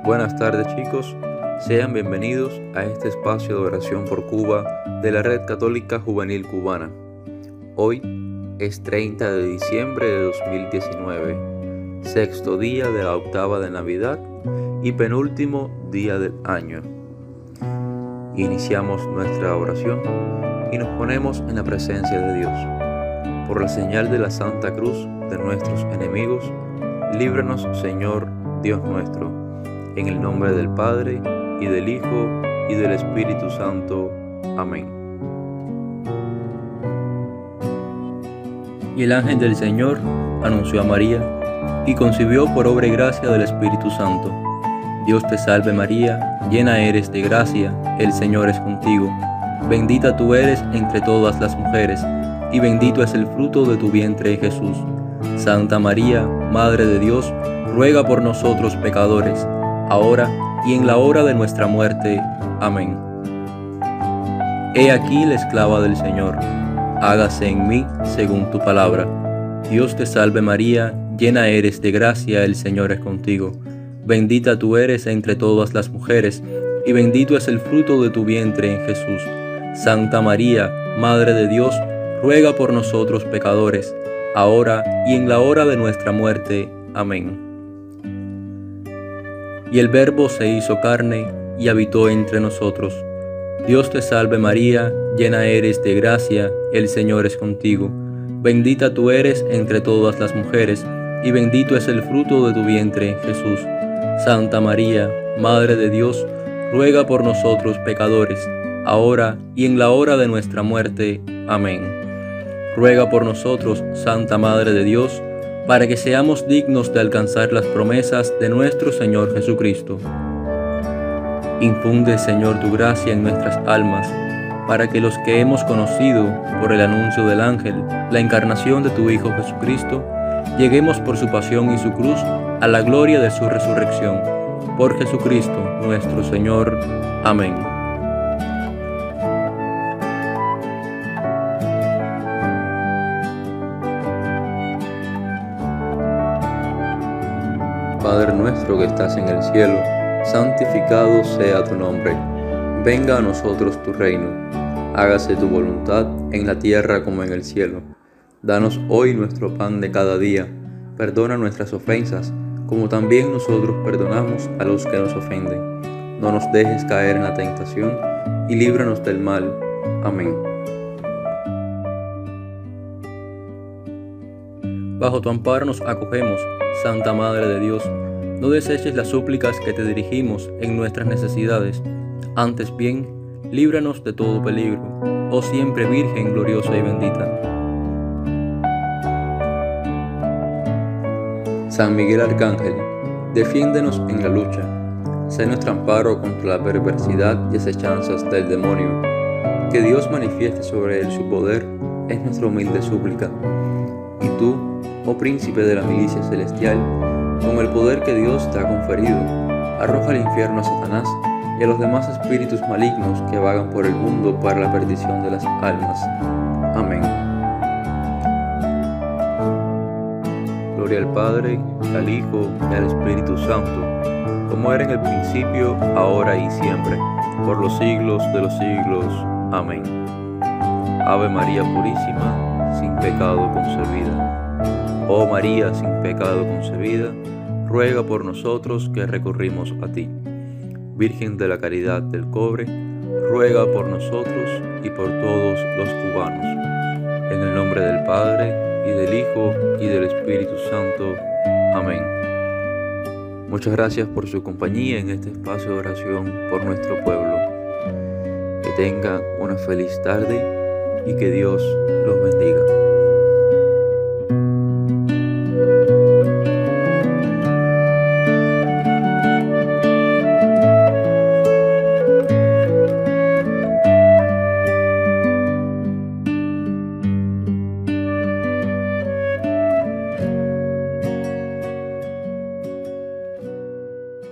Buenas tardes chicos, sean bienvenidos a este espacio de oración por Cuba de la Red Católica Juvenil Cubana. Hoy es 30 de diciembre de 2019, sexto día de la octava de Navidad y penúltimo día del año. Iniciamos nuestra oración y nos ponemos en la presencia de Dios. Por la señal de la Santa Cruz de nuestros enemigos, líbranos, Señor Dios nuestro, en el nombre del Padre, y del Hijo, y del Espíritu Santo. Amén. Y el ángel del Señor anunció a María, y concibió por obra y gracia del Espíritu Santo. Dios te salve María, llena eres de gracia, el Señor es contigo. Bendita tú eres entre todas las mujeres, y bendito es el fruto de tu vientre Jesús. Santa María, Madre de Dios, ruega por nosotros pecadores, ahora y en la hora de nuestra muerte. Amén. He aquí la esclava del Señor, hágase en mí según tu palabra. Dios te salve María, llena eres de gracia, el Señor es contigo. Bendita tú eres entre todas las mujeres, y bendito es el fruto de tu vientre Jesús. Santa María, Madre de Dios, ruega por nosotros pecadores, ahora y en la hora de nuestra muerte. Amén. Y el Verbo se hizo carne y habitó entre nosotros. Dios te salve María, llena eres de gracia, el Señor es contigo. Bendita tú eres entre todas las mujeres, y bendito es el fruto de tu vientre, Jesús. Santa María, Madre de Dios, ruega por nosotros pecadores, ahora y en la hora de nuestra muerte. Amén. Ruega por nosotros, Santa Madre de Dios, para que seamos dignos de alcanzar las promesas de nuestro Señor Jesucristo. Infunde, Señor, tu gracia en nuestras almas, para que los que hemos conocido, por el anuncio del ángel, la encarnación de tu Hijo Jesucristo, lleguemos por su pasión y su cruz a la gloria de su resurrección. Por Jesucristo nuestro Señor. Amén. Padre nuestro que estás en el cielo, santificado sea tu nombre. Venga a nosotros tu reino. Hágase tu voluntad en la tierra como en el cielo. Danos hoy nuestro pan de cada día. Perdona nuestras ofensas, como también nosotros perdonamos a los que nos ofenden. No nos dejes caer en la tentación, y líbranos del mal. Amén. Bajo tu amparo nos acogemos, Santa Madre de Dios. No deseches las súplicas que te dirigimos en nuestras necesidades. Antes bien, líbranos de todo peligro, oh siempre Virgen gloriosa y bendita. San Miguel Arcángel, defiéndenos en la lucha. Sé nuestro amparo contra la perversidad y acechanzas del demonio. Que Dios manifieste sobre él su poder es nuestra humilde súplica. Y tú, oh príncipe de la milicia celestial, con el poder que Dios te ha conferido, arroja al infierno a Satanás y a los demás espíritus malignos que vagan por el mundo para la perdición de las almas. Amén. Gloria al Padre, al Hijo y al Espíritu Santo, como era en el principio, ahora y siempre, por los siglos de los siglos. Amén. Ave María Purísima, sin pecado concebida. Oh María, sin pecado concebida, ruega por nosotros que recurrimos a ti. Virgen de la Caridad del Cobre, ruega por nosotros y por todos los cubanos. En el nombre del Padre, y del Hijo, y del Espíritu Santo. Amén. Muchas gracias por su compañía en este espacio de oración por nuestro pueblo. Que tengan una feliz tarde y que Dios los bendiga.